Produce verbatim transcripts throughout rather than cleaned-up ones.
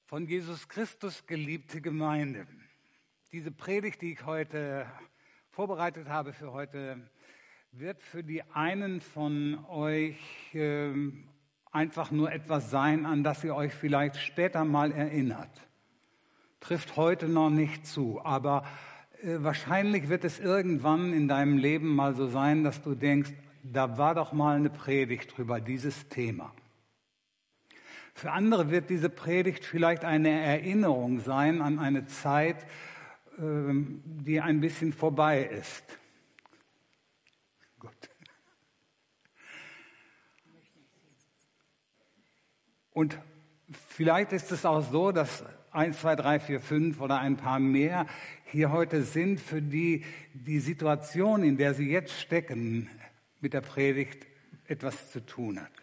Von Jesus Christus geliebte Gemeinde. Diese Predigt, die ich heute vorbereitet habe für heute, wird für die einen von euch äh, einfach nur etwas sein, an das ihr euch vielleicht später mal erinnert. Trifft heute noch nicht zu, aber äh, wahrscheinlich wird es irgendwann in deinem Leben mal so sein, dass du denkst, da war doch mal eine Predigt drüber, dieses Thema. Für andere wird diese Predigt vielleicht eine Erinnerung sein an eine Zeit, die ein bisschen vorbei ist. Gut. Und vielleicht ist es auch so, dass eins, zwei, drei, vier, fünf oder ein paar mehr hier heute sind, für die die Situation, in der sie jetzt stecken, mit der Predigt etwas zu tun hat.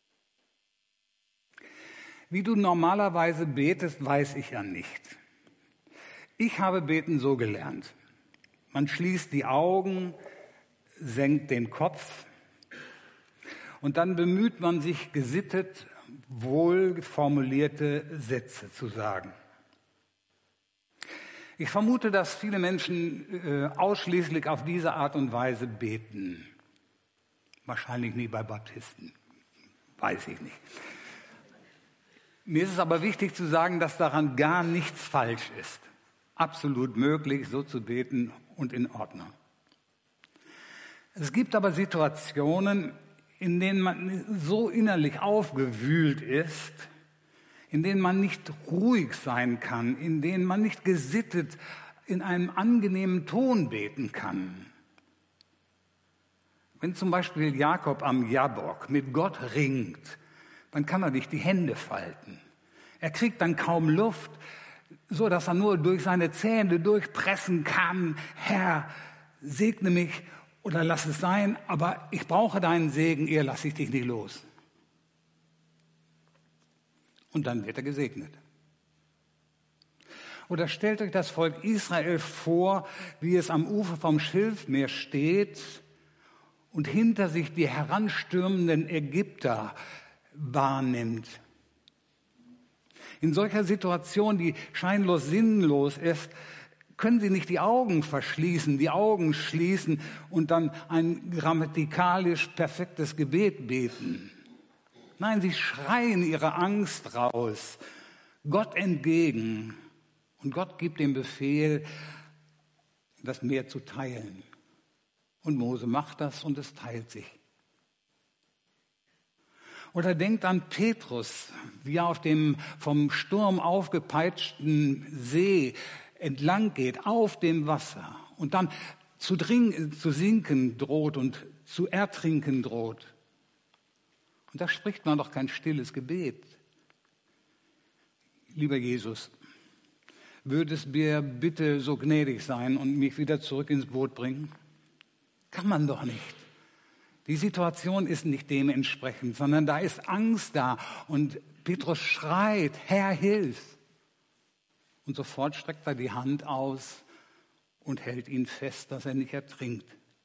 Wie du normalerweise betest, weiß ich ja nicht. Ich habe Beten so gelernt. Man schließt die Augen, senkt den Kopf und dann bemüht man sich gesittet, wohl formulierte Sätze zu sagen. Ich vermute, dass viele Menschen äh, ausschließlich auf diese Art und Weise beten. Wahrscheinlich nie bei Baptisten, weiß ich nicht. Mir ist es aber wichtig zu sagen, dass daran gar nichts falsch ist. Absolut möglich, so zu beten und in Ordnung. Es gibt aber Situationen, in denen man so innerlich aufgewühlt ist, in denen man nicht ruhig sein kann, in denen man nicht gesittet in einem angenehmen Ton beten kann. Wenn zum Beispiel Jakob am Jabok mit Gott ringt, dann kann er nicht die Hände falten. Er kriegt dann kaum Luft, so dass er nur durch seine Zähne durchpressen kann. Herr, segne mich oder lass es sein, aber ich brauche deinen Segen, eher lasse ich dich nicht los. Und dann wird er gesegnet. Oder stellt euch das Volk Israel vor, wie es am Ufer vom Schilfmeer steht und hinter sich die heranstürmenden Ägypter wahrnimmt. In solcher Situation, die scheinlos sinnlos ist, können sie nicht die Augen verschließen, die Augen schließen und dann ein grammatikalisch perfektes Gebet beten. Nein, sie schreien ihre Angst raus, Gott entgegen. Und Gott gibt den Befehl, das Meer zu teilen. Und Mose macht das und es teilt sich. Oder denkt an Petrus, wie er auf dem vom Sturm aufgepeitschten See entlang geht, auf dem Wasser und dann zu, dring, zu sinken droht und zu ertrinken droht. Und da spricht man doch kein stilles Gebet. Lieber Jesus, würdest du mir bitte so gnädig sein und mich wieder zurück ins Boot bringen? Kann man doch nicht. Die Situation ist nicht dementsprechend, sondern da ist Angst da und Petrus schreit, Herr, hilf! Und sofort streckt er die Hand aus und hält ihn fest, dass er nicht ertrinkt.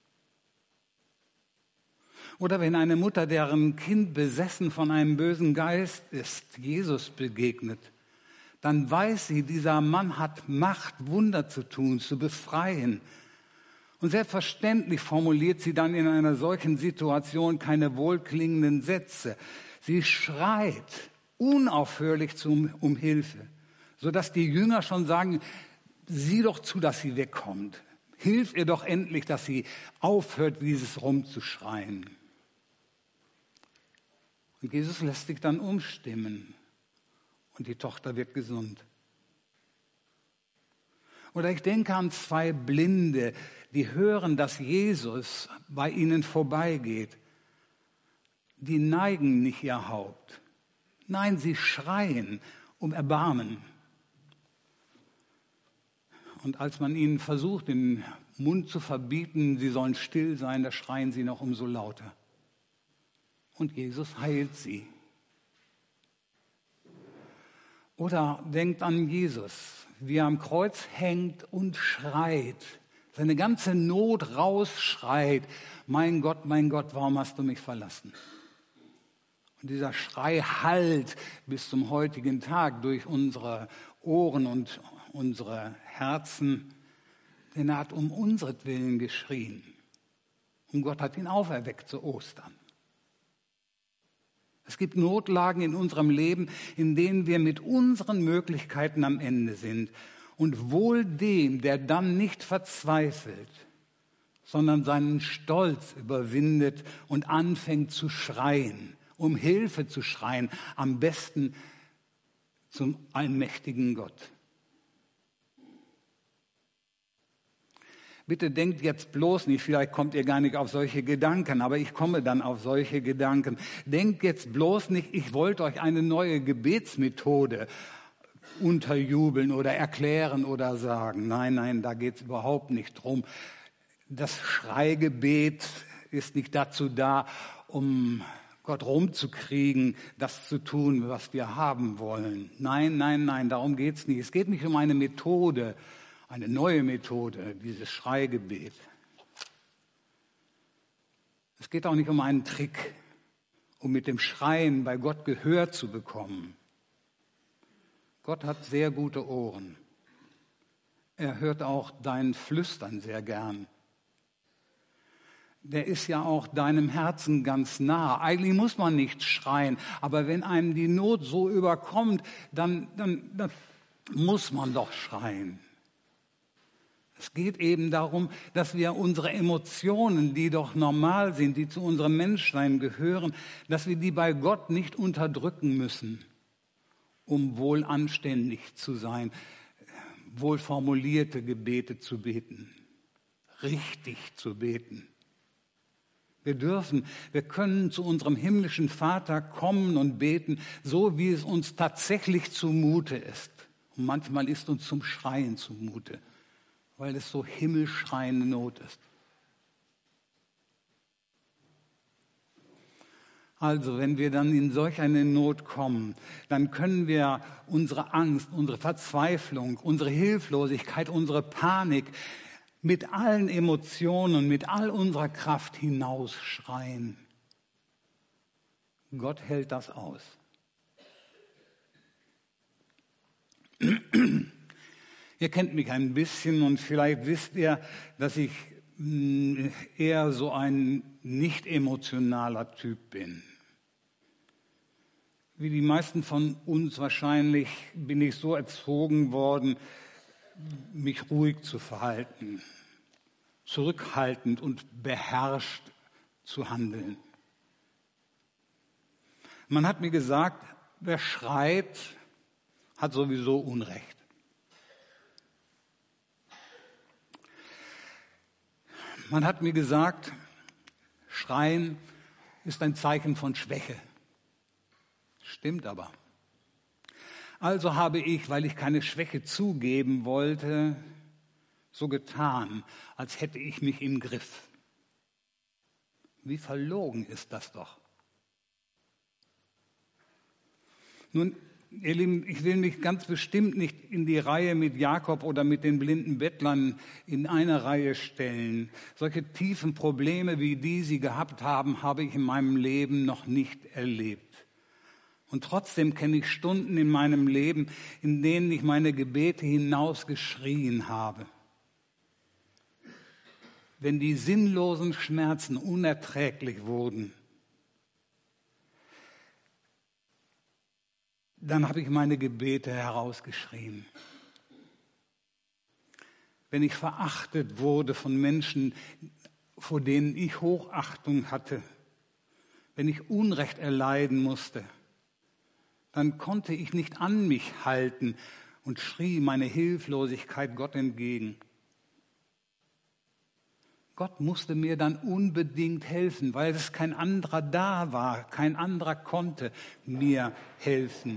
Oder wenn eine Mutter, deren Kind besessen von einem bösen Geist ist, Jesus begegnet, dann weiß sie, dieser Mann hat Macht, Wunder zu tun, zu befreien. Und selbstverständlich formuliert sie dann in einer solchen Situation keine wohlklingenden Sätze. Sie schreit unaufhörlich zum, um Hilfe, sodass die Jünger schon sagen, sieh doch zu, dass sie wegkommt. Hilf ihr doch endlich, dass sie aufhört, dieses rumzuschreien. Und Jesus lässt sich dann umstimmen und die Tochter wird gesund. Oder ich denke an zwei Blinde, die hören, dass Jesus bei ihnen vorbeigeht. Die neigen nicht ihr Haupt. Nein, sie schreien um Erbarmen. Und als man ihnen versucht, den Mund zu verbieten, sie sollen still sein, da schreien sie noch umso lauter. Und Jesus heilt sie. Oder denkt an Jesus, wie er am Kreuz hängt und schreit, seine ganze Not rausschreit, mein Gott, mein Gott, warum hast du mich verlassen? Und dieser Schrei hallt bis zum heutigen Tag durch unsere Ohren und unsere Herzen, denn er hat um unseretwillen geschrien. Und Gott hat ihn auferweckt zu Ostern. Es gibt Notlagen in unserem Leben, in denen wir mit unseren Möglichkeiten am Ende sind. Und wohl dem, der dann nicht verzweifelt, sondern seinen Stolz überwindet und anfängt zu schreien, um Hilfe zu schreien, am besten zum allmächtigen Gott. Bitte denkt jetzt bloß nicht, vielleicht kommt ihr gar nicht auf solche Gedanken, aber ich komme dann auf solche Gedanken. Denkt jetzt bloß nicht, ich wollte euch eine neue Gebetsmethode unterjubeln oder erklären oder sagen. Nein, nein, da geht es überhaupt nicht drum. Das Schreigebet ist nicht dazu da, um Gott rumzukriegen, das zu tun, was wir haben wollen. Nein, nein, nein, darum geht es nicht. Es geht nicht um eine Methode, eine neue Methode, dieses Schreigebet. Es geht auch nicht um einen Trick, um mit dem Schreien bei Gott Gehör zu bekommen. Gott hat sehr gute Ohren. Er hört auch dein Flüstern sehr gern. Der ist ja auch deinem Herzen ganz nah. Eigentlich muss man nicht schreien, aber wenn einem die Not so überkommt, dann, dann, dann muss man doch schreien. Es geht eben darum, dass wir unsere Emotionen, die doch normal sind, die zu unserem Menschsein gehören, dass wir die bei Gott nicht unterdrücken müssen, um wohl anständig zu sein, wohl formulierte Gebete zu beten, richtig zu beten. Wir dürfen, wir können zu unserem himmlischen Vater kommen und beten, so wie es uns tatsächlich zumute ist. Und manchmal ist uns zum Schreien zumute, weil es so himmelschreiende Not ist. Also, wenn wir dann in solch eine Not kommen, dann können wir unsere Angst, unsere Verzweiflung, unsere Hilflosigkeit, unsere Panik mit allen Emotionen, mit all unserer Kraft hinausschreien. Gott hält das aus. Ihr kennt mich ein bisschen und vielleicht wisst ihr, dass ich eher so ein nicht emotionaler Typ bin. Wie die meisten von uns wahrscheinlich bin ich so erzogen worden, mich ruhig zu verhalten, zurückhaltend und beherrscht zu handeln. Man hat mir gesagt, wer schreit, hat sowieso Unrecht. Man hat mir gesagt, Schreien ist ein Zeichen von Schwäche. Stimmt aber. Also habe ich, weil ich keine Schwäche zugeben wollte, so getan, als hätte ich mich im Griff. Wie verlogen ist das doch. Nun, ihr Lieben, ich will mich ganz bestimmt nicht in die Reihe mit Jakob oder mit den blinden Bettlern in eine Reihe stellen. Solche tiefen Probleme, wie die sie gehabt haben, habe ich in meinem Leben noch nicht erlebt. Und trotzdem kenne ich Stunden in meinem Leben, in denen ich meine Gebete hinausgeschrien habe. Wenn die sinnlosen Schmerzen unerträglich wurden, dann habe ich meine Gebete herausgeschrien. Wenn ich verachtet wurde von Menschen, vor denen ich Hochachtung hatte, wenn ich Unrecht erleiden musste, dann konnte ich nicht an mich halten und schrie meine Hilflosigkeit Gott entgegen. Gott musste mir dann unbedingt helfen, weil es kein anderer da war, kein anderer konnte mir helfen.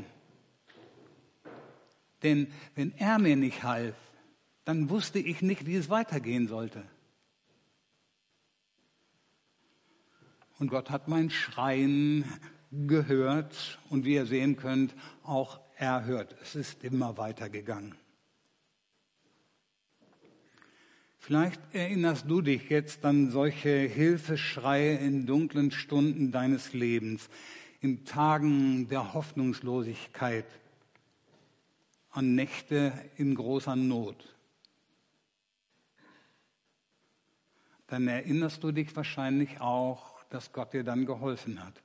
Denn wenn er mir nicht half, dann wusste ich nicht, wie es weitergehen sollte. Und Gott hat mein Schreien gehört und wie ihr sehen könnt, auch erhört. Es ist immer weitergegangen. Vielleicht erinnerst du dich jetzt an solche Hilfeschreie in dunklen Stunden deines Lebens, in Tagen der Hoffnungslosigkeit, an Nächte in großer Not. Dann erinnerst du dich wahrscheinlich auch, dass Gott dir dann geholfen hat.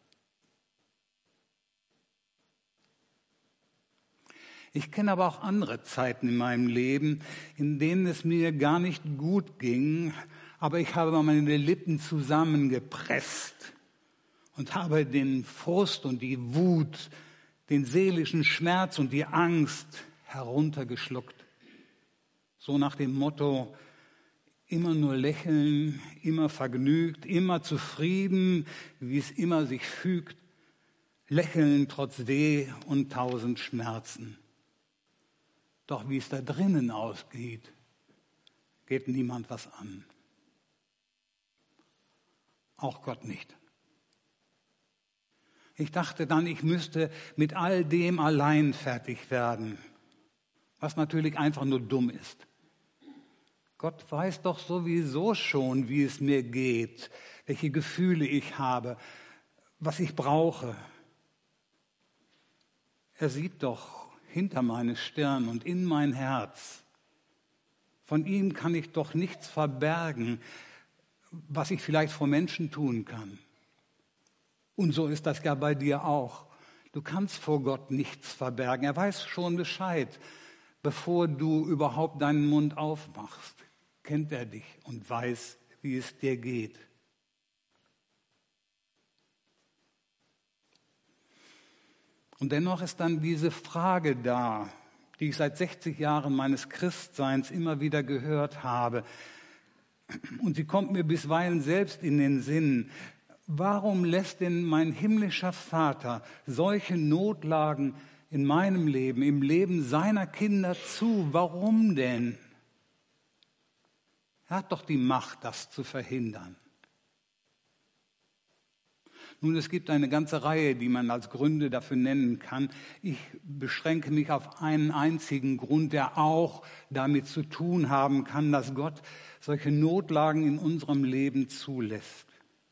Ich kenne aber auch andere Zeiten in meinem Leben, in denen es mir gar nicht gut ging, aber ich habe meine Lippen zusammengepresst und habe den Frust und die Wut, den seelischen Schmerz und die Angst heruntergeschluckt. So nach dem Motto, immer nur lächeln, immer vergnügt, immer zufrieden, wie es immer sich fügt, lächeln trotz Weh und tausend Schmerzen. Doch wie es da drinnen ausgeht, geht niemand was an. Auch Gott nicht. Ich dachte dann, ich müsste mit all dem allein fertig werden, was natürlich einfach nur dumm ist. Gott weiß doch sowieso schon, wie es mir geht, welche Gefühle ich habe, was ich brauche. Er sieht doch hinter meine Stirn und in mein Herz. Von ihm kann ich doch nichts verbergen, was ich vielleicht vor Menschen tun kann. Und so ist das ja bei dir auch. Du kannst vor Gott nichts verbergen. Er weiß schon Bescheid. Bevor du überhaupt deinen Mund aufmachst, kennt er dich und weiß, wie es dir geht. Und dennoch ist dann diese Frage da, die ich seit sechzig Jahren meines Christseins immer wieder gehört habe. Und sie kommt mir bisweilen selbst in den Sinn. Warum lässt denn mein himmlischer Vater solche Notlagen in meinem Leben, im Leben seiner Kinder zu? Warum denn? Er hat doch die Macht, das zu verhindern. Nun, es gibt eine ganze Reihe, die man als Gründe dafür nennen kann. Ich beschränke mich auf einen einzigen Grund, der auch damit zu tun haben kann, dass Gott solche Notlagen in unserem Leben zulässt.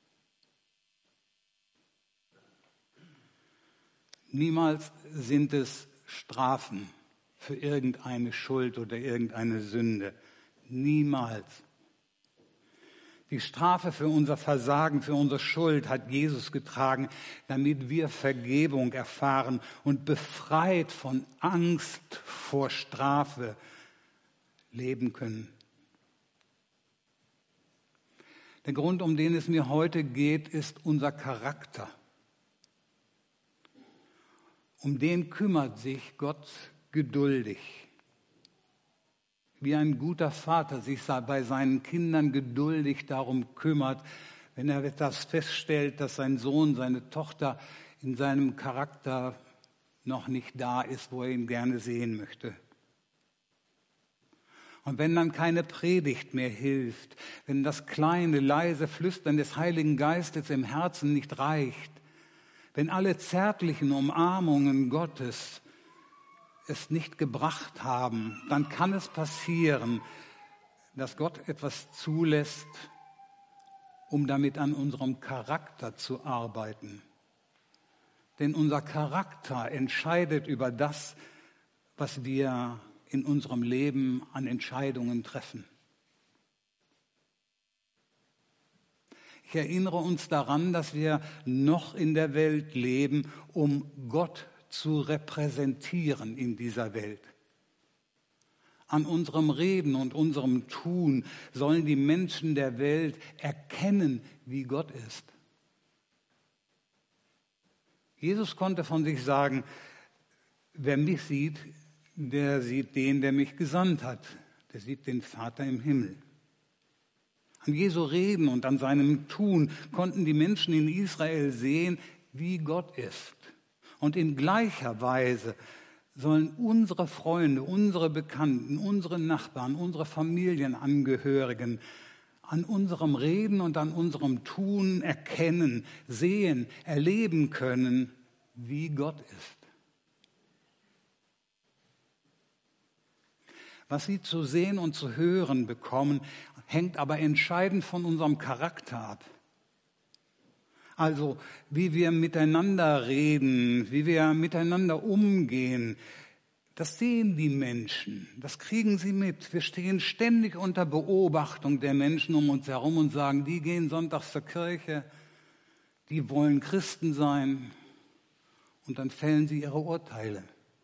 Niemals sind es Strafen für irgendeine Schuld oder irgendeine Sünde. Niemals. Die Strafe für unser Versagen, für unsere Schuld hat Jesus getragen, damit wir Vergebung erfahren und befreit von Angst vor Strafe leben können. Der Grund, um den es mir heute geht, ist unser Charakter. Um den kümmert sich Gott geduldig. Wie ein guter Vater sich bei seinen Kindern geduldig darum kümmert, wenn er etwas feststellt, dass sein Sohn, seine Tochter in seinem Charakter noch nicht da ist, wo er ihn gerne sehen möchte. Und wenn dann keine Predigt mehr hilft, wenn das kleine, leise Flüstern des Heiligen Geistes im Herzen nicht reicht, wenn alle zärtlichen Umarmungen Gottes es nicht gebracht haben, dann kann es passieren, dass Gott etwas zulässt, um damit an unserem Charakter zu arbeiten. Denn unser Charakter entscheidet über das, was wir in unserem Leben an Entscheidungen treffen. Ich erinnere uns daran, dass wir noch in der Welt leben, um Gott zu repräsentieren in dieser Welt. An unserem Reden und unserem Tun sollen die Menschen der Welt erkennen, wie Gott ist. Jesus konnte von sich sagen, wer mich sieht, der sieht den, der mich gesandt hat. Der sieht den Vater im Himmel. An Jesu Reden und an seinem Tun konnten die Menschen in Israel sehen, wie Gott ist. Und in gleicher Weise sollen unsere Freunde, unsere Bekannten, unsere Nachbarn, unsere Familienangehörigen an unserem Reden und an unserem Tun erkennen, sehen, erleben können, wie Gott ist. Was sie zu sehen und zu hören bekommen, hängt aber entscheidend von unserem Charakter ab. Also wie wir miteinander reden, wie wir miteinander umgehen, das sehen die Menschen, das kriegen sie mit. Wir stehen ständig unter Beobachtung der Menschen um uns herum und sagen, die gehen sonntags zur Kirche, die wollen Christen sein, und dann fällen sie ihre Urteile.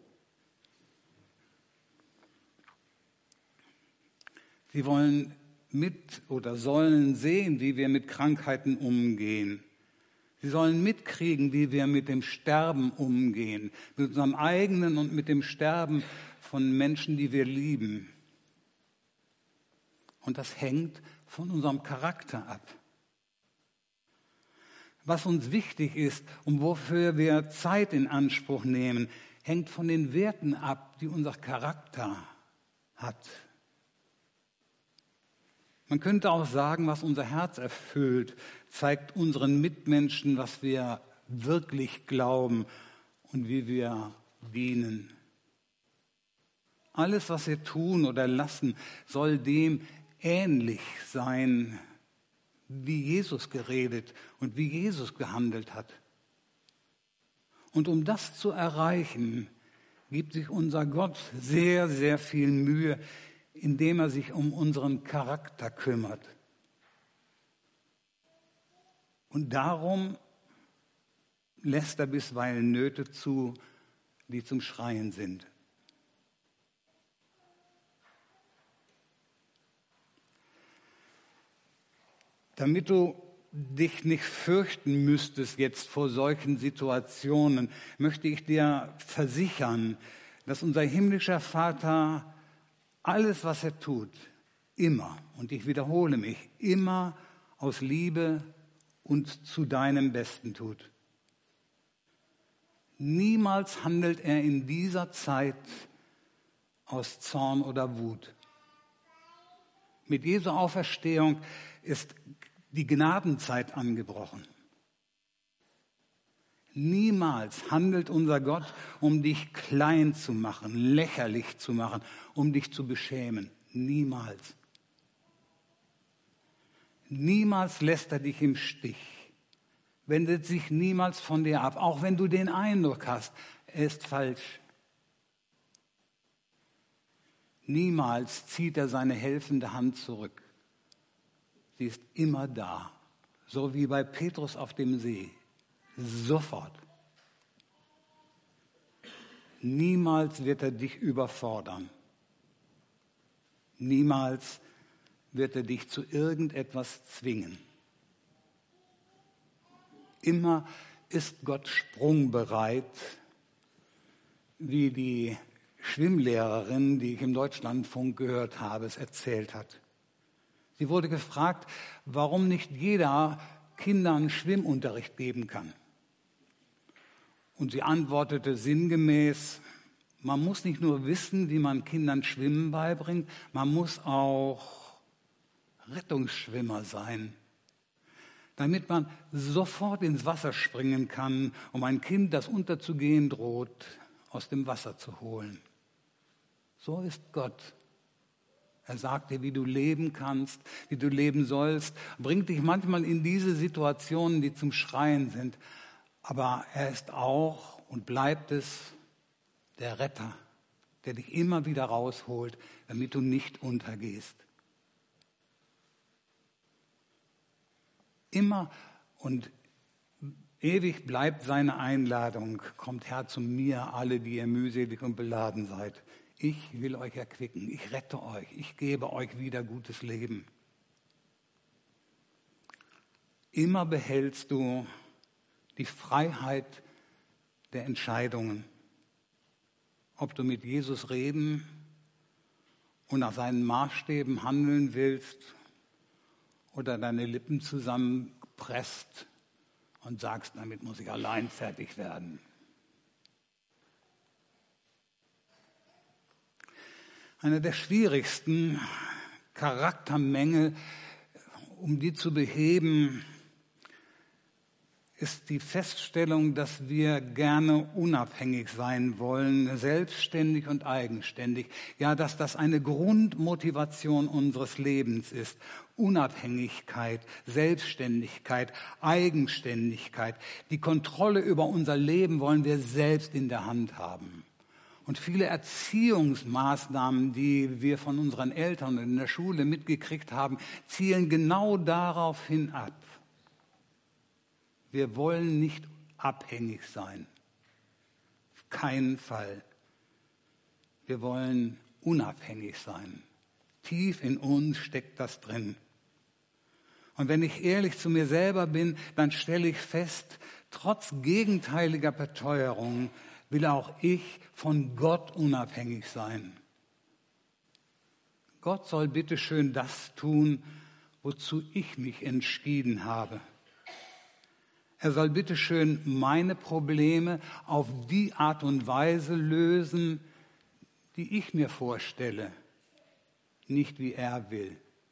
Sie wollen mit oder sollen sehen, wie wir mit Krankheiten umgehen. Sie sollen mitkriegen, wie wir mit dem Sterben umgehen, mit unserem eigenen und mit dem Sterben von Menschen, die wir lieben. Und das hängt von unserem Charakter ab. Was uns wichtig ist und wofür wir Zeit in Anspruch nehmen, hängt von den Werten ab, die unser Charakter hat. Man könnte auch sagen, was unser Herz erfüllt, zeigt unseren Mitmenschen, was wir wirklich glauben und wie wir dienen. Alles, was wir tun oder lassen, soll dem ähnlich sein, wie Jesus geredet und wie Jesus gehandelt hat. Und um das zu erreichen, gibt sich unser Gott sehr, sehr viel Mühe, indem er sich um unseren Charakter kümmert. Und darum lässt er bisweilen Nöte zu, die zum Schreien sind. Damit du dich nicht fürchten müsstest jetzt vor solchen Situationen, möchte ich dir versichern, dass unser himmlischer Vater alles, was er tut, immer, und ich wiederhole mich, immer aus Liebe und zu deinem Besten tut. Niemals handelt er in dieser Zeit aus Zorn oder Wut. Mit Jesu Auferstehung ist die Gnadenzeit angebrochen. Niemals handelt unser Gott, um dich klein zu machen, lächerlich zu machen, um dich zu beschämen. Niemals. Niemals lässt er dich im Stich, wendet sich niemals von dir ab, auch wenn du den Eindruck hast, er ist falsch. Niemals zieht er seine helfende Hand zurück. Sie ist immer da, so wie bei Petrus auf dem See. Sofort. Niemals wird er dich überfordern. Niemals wird er dich zu irgendetwas zwingen. Immer ist Gott sprungbereit, wie die Schwimmlehrerin, die ich im Deutschlandfunk gehört habe, es erzählt hat. Sie wurde gefragt, warum nicht jeder Kindern Schwimmunterricht geben kann. Und sie antwortete sinngemäß, man muss nicht nur wissen, wie man Kindern Schwimmen beibringt, man muss auch Rettungsschwimmer sein, damit man sofort ins Wasser springen kann, um ein Kind, das unterzugehen droht, aus dem Wasser zu holen. So ist Gott. Er sagt dir, wie du leben kannst, wie du leben sollst, bringt dich manchmal in diese Situationen, die zum Schreien sind. Aber er ist auch und bleibt es der Retter, der dich immer wieder rausholt, damit du nicht untergehst. Immer und ewig bleibt seine Einladung. Kommt her zu mir, alle, die ihr mühselig und beladen seid. Ich will euch erquicken, ich rette euch, ich gebe euch wieder gutes Leben. Immer behältst du die Freiheit der Entscheidungen. Ob du mit Jesus reden und nach seinen Maßstäben handeln willst oder deine Lippen zusammenpresst und sagst, damit muss ich allein fertig werden. Eine der schwierigsten Charaktermängel, um die zu beheben, ist die Feststellung, dass wir gerne unabhängig sein wollen, selbstständig und eigenständig. Ja, dass das eine Grundmotivation unseres Lebens ist. Unabhängigkeit, Selbstständigkeit, Eigenständigkeit. Die Kontrolle über unser Leben wollen wir selbst in der Hand haben. Und viele Erziehungsmaßnahmen, die wir von unseren Eltern in der Schule mitgekriegt haben, zielen genau darauf hin ab. Wir wollen nicht abhängig sein. Auf keinen Fall. Wir wollen unabhängig sein. Tief in uns steckt das drin. Und wenn ich ehrlich zu mir selber bin, dann stelle ich fest, trotz gegenteiliger Beteuerung will auch ich von Gott unabhängig sein. Gott soll bitte schön das tun, wozu ich mich entschieden habe. Er soll bitte schön meine Probleme auf die Art und Weise lösen, die ich mir vorstelle, nicht wie er will.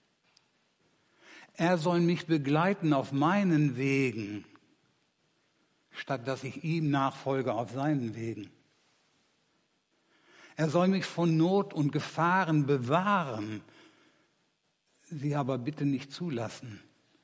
Er soll mich begleiten auf meinen Wegen, statt dass ich ihm nachfolge auf seinen Wegen. Er soll mich von Not und Gefahren bewahren, sie aber bitte nicht zulassen.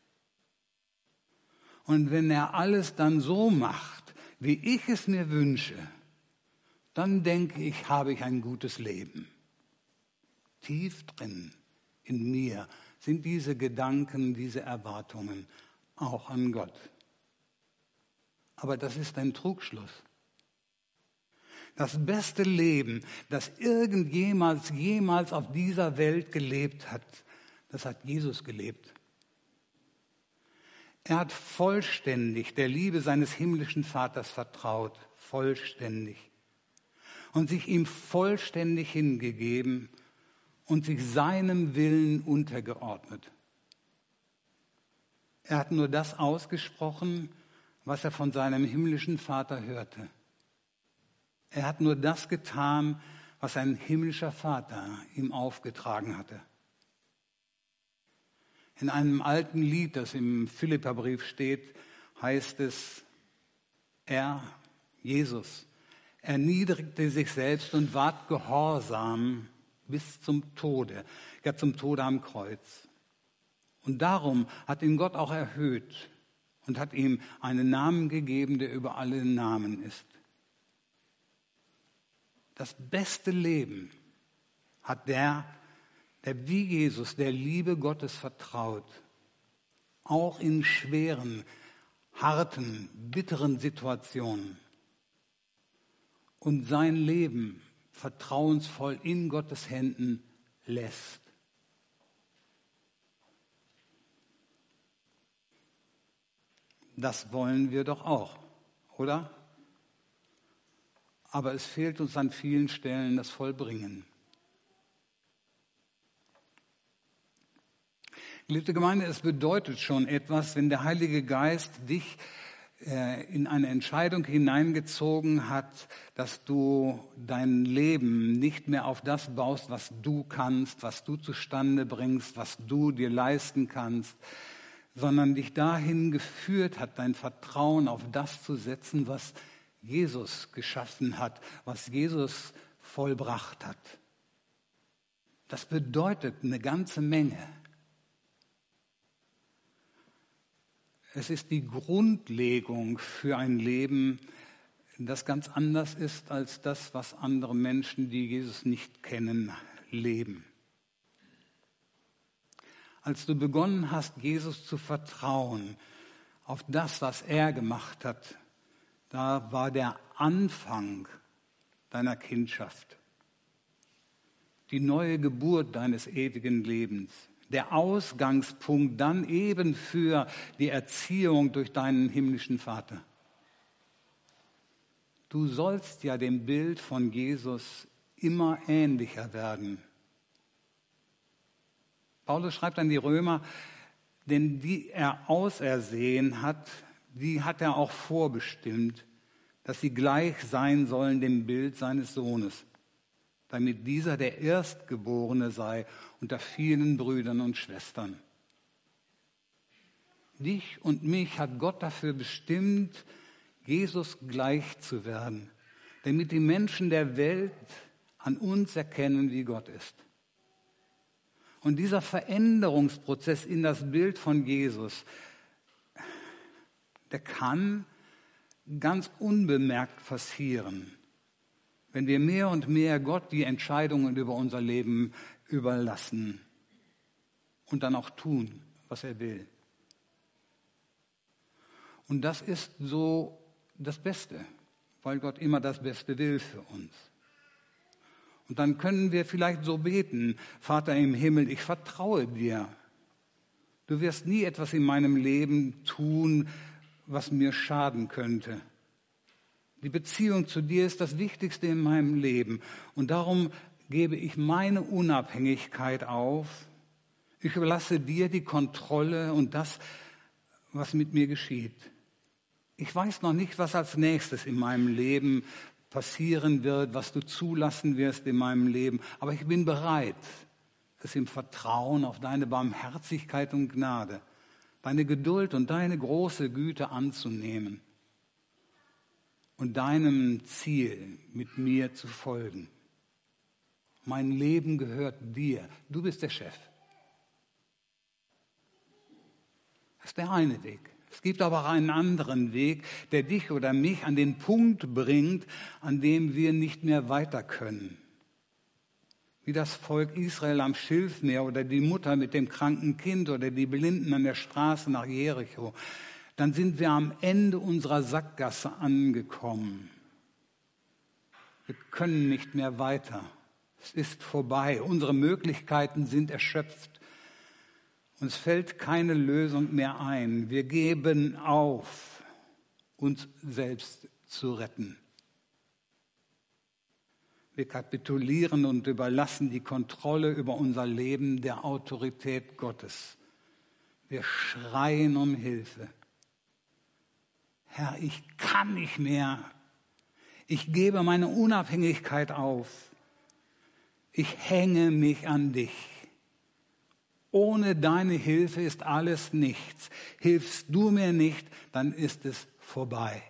Und wenn er alles dann so macht, wie ich es mir wünsche, dann denke ich, habe ich ein gutes Leben. Tief drin in mir sind diese Gedanken, diese Erwartungen auch an Gott. Aber das ist ein Trugschluss. Das beste Leben, das irgendjemals jemals auf dieser Welt gelebt hat, das hat Jesus gelebt. Er hat vollständig der Liebe seines himmlischen Vaters vertraut, vollständig. Und sich ihm vollständig hingegeben und sich seinem Willen untergeordnet. Er hat nur das ausgesprochen, was er von seinem himmlischen Vater hörte. Er hat nur das getan, was sein himmlischer Vater ihm aufgetragen hatte. In einem alten Lied, das im Philipperbrief steht, heißt es, er, Jesus, erniedrigte sich selbst und ward gehorsam bis zum Tode, ja zum Tode am Kreuz. Und darum hat ihn Gott auch erhöht und hat ihm einen Namen gegeben, der über alle Namen ist. Das beste Leben hat der, der wie Jesus der Liebe Gottes vertraut, auch in schweren, harten, bitteren Situationen und sein Leben vertrauensvoll in Gottes Händen lässt. Das wollen wir doch auch, oder? Aber es fehlt uns an vielen Stellen das Vollbringen. Geliebte Gemeinde, es bedeutet schon etwas, wenn der Heilige Geist dich äh, in eine Entscheidung hineingezogen hat, dass du dein Leben nicht mehr auf das baust, was du kannst, was du zustande bringst, was du dir leisten kannst, sondern dich dahin geführt hat, dein Vertrauen auf das zu setzen, was Jesus geschaffen hat, was Jesus vollbracht hat. Das bedeutet eine ganze Menge. Es ist die Grundlegung für ein Leben, das ganz anders ist als das, was andere Menschen, die Jesus nicht kennen, leben. Als du begonnen hast, Jesus zu vertrauen auf das, was er gemacht hat, da war der Anfang deiner Kindschaft, die neue Geburt deines ewigen Lebens, der Ausgangspunkt dann eben für die Erziehung durch deinen himmlischen Vater. Du sollst ja dem Bild von Jesus immer ähnlicher werden. Paulus schreibt an die Römer, denn die er ausersehen hat, die hat er auch vorbestimmt, dass sie gleich sein sollen dem Bild seines Sohnes, damit dieser der Erstgeborene sei unter vielen Brüdern und Schwestern. Dich und mich hat Gott dafür bestimmt, Jesus gleich zu werden, damit die Menschen der Welt an uns erkennen, wie Gott ist. Und dieser Veränderungsprozess in das Bild von Jesus, der kann ganz unbemerkt passieren, wenn wir mehr und mehr Gott die Entscheidungen über unser Leben überlassen und dann auch tun, was er will. Und das ist so das Beste, weil Gott immer das Beste will für uns. Und dann können wir vielleicht so beten: Vater im Himmel, ich vertraue dir. Du wirst nie etwas in meinem Leben tun, was mir schaden könnte. Die Beziehung zu dir ist das Wichtigste in meinem Leben. Und darum gebe ich meine Unabhängigkeit auf. Ich überlasse dir die Kontrolle und das, was mit mir geschieht. Ich weiß noch nicht, was als nächstes in meinem Leben passieren wird, was du zulassen wirst in meinem Leben. Aber ich bin bereit, es im Vertrauen auf deine Barmherzigkeit und Gnade, deine Geduld und deine große Güte anzunehmen und deinem Ziel mit mir zu folgen. Mein Leben gehört dir. Du bist der Chef. Das ist der eine Weg. Es gibt aber auch einen anderen Weg, der dich oder mich an den Punkt bringt, an dem wir nicht mehr weiter können. Wie das Volk Israel am Schilfmeer oder die Mutter mit dem kranken Kind oder die Blinden an der Straße nach Jericho. Dann sind wir am Ende unserer Sackgasse angekommen. Wir können nicht mehr weiter. Es ist vorbei. Unsere Möglichkeiten sind erschöpft. Uns fällt keine Lösung mehr ein. Wir geben auf, uns selbst zu retten. Wir kapitulieren und überlassen die Kontrolle über unser Leben der Autorität Gottes. Wir schreien um Hilfe. Herr, ich kann nicht mehr. Ich gebe meine Unabhängigkeit auf. Ich hänge mich an dich. Ohne deine Hilfe ist alles nichts. Hilfst du mir nicht, dann ist es vorbei.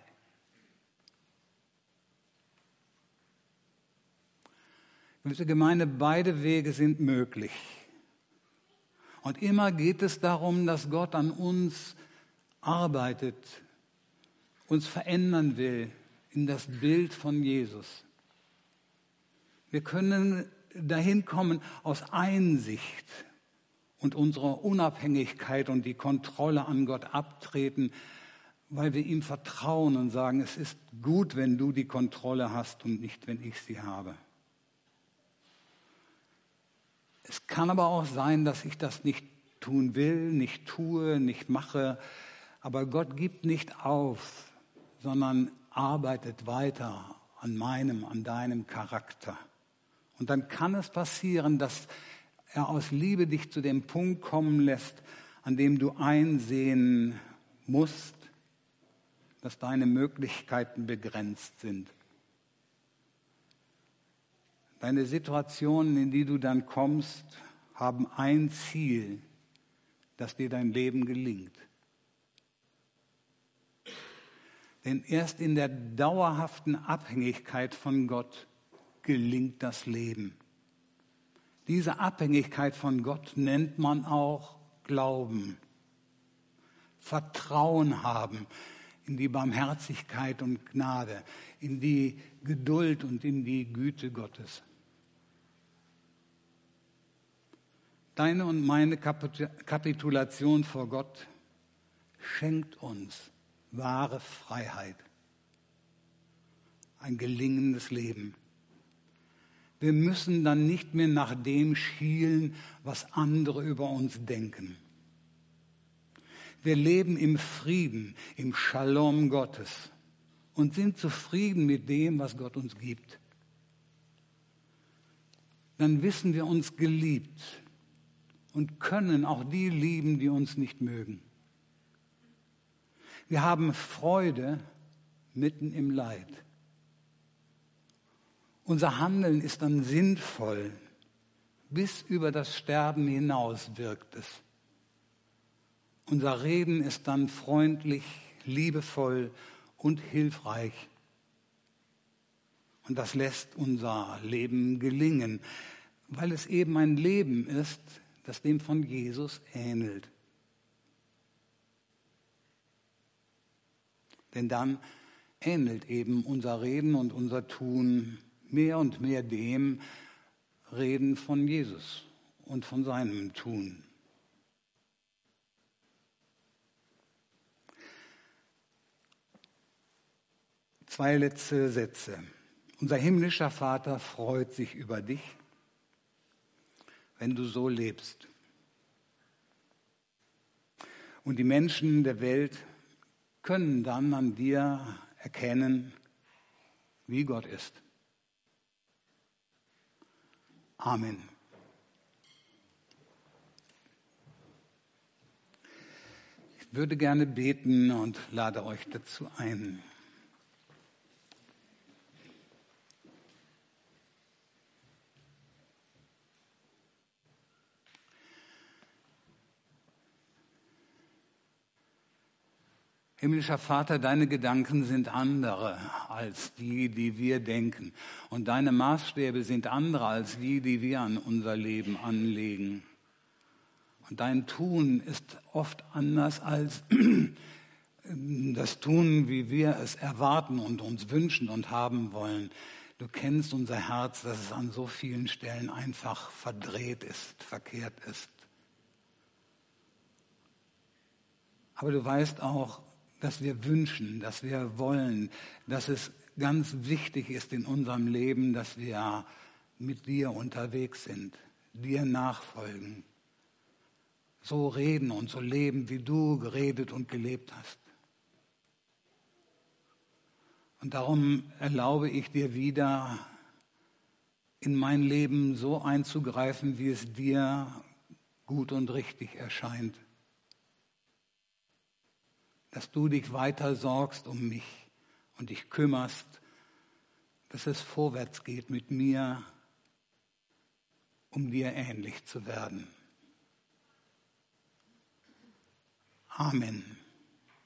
Liebe Gemeinde, beide Wege sind möglich. Und immer geht es darum, dass Gott an uns arbeitet, uns verändern will in das Bild von Jesus. Wir können dahin kommen aus Einsicht und unserer Unabhängigkeit und die Kontrolle an Gott abtreten, weil wir ihm vertrauen und sagen, es ist gut, wenn du die Kontrolle hast und nicht, wenn ich sie habe. Es kann aber auch sein, dass ich das nicht tun will, nicht tue, nicht mache, aber Gott gibt nicht auf, sondern arbeitet weiter an meinem, an deinem Charakter. Und dann kann es passieren, dass er aus Liebe dich zu dem Punkt kommen lässt, an dem du einsehen musst, dass deine Möglichkeiten begrenzt sind. Deine Situationen, in die du dann kommst, haben ein Ziel, dass dir dein Leben gelingt. Denn erst in der dauerhaften Abhängigkeit von Gott gelingt das Leben. Diese Abhängigkeit von Gott nennt man auch Glauben. Vertrauen haben in die Barmherzigkeit und Gnade, in die Geduld und in die Güte Gottes. Deine und meine Kapitulation vor Gott schenkt uns wahre Freiheit, ein gelingendes Leben. Wir müssen dann nicht mehr nach dem schielen, was andere über uns denken. Wir leben im Frieden, im Shalom Gottes und sind zufrieden mit dem, was Gott uns gibt. Dann wissen wir uns geliebt und können auch die lieben, die uns nicht mögen. Wir haben Freude mitten im Leid. Unser Handeln ist dann sinnvoll. Bis über das Sterben hinaus wirkt es. Unser Reden ist dann freundlich, liebevoll und hilfreich. Und das lässt unser Leben gelingen, weil es eben ein Leben ist, das dem von Jesus ähnelt. Denn dann ähnelt eben unser Reden und unser Tun mehr und mehr dem Reden von Jesus und von seinem Tun. Zwei letzte Sätze. Unser himmlischer Vater freut sich über dich, wenn du so lebst. Und die Menschen der Welt können dann an dir erkennen, wie Gott ist. Amen. Ich würde gerne beten und lade euch dazu ein. Himmlischer Vater, deine Gedanken sind andere als die, die wir denken. Und deine Maßstäbe sind andere als die, die wir an unser Leben anlegen. Und dein Tun ist oft anders als das Tun, wie wir es erwarten und uns wünschen und haben wollen. Du kennst unser Herz, dass es an so vielen Stellen einfach verdreht ist, verkehrt ist. Aber du weißt auch, dass wir wünschen, dass wir wollen, dass es ganz wichtig ist in unserem Leben, dass wir mit dir unterwegs sind, dir nachfolgen, so reden und so leben, wie du geredet und gelebt hast. Und darum erlaube ich dir wieder, in mein Leben so einzugreifen, wie es dir gut und richtig erscheint. Dass du dich weiter sorgst um mich und dich kümmerst, dass es vorwärts geht mit mir, um dir ähnlich zu werden. Amen.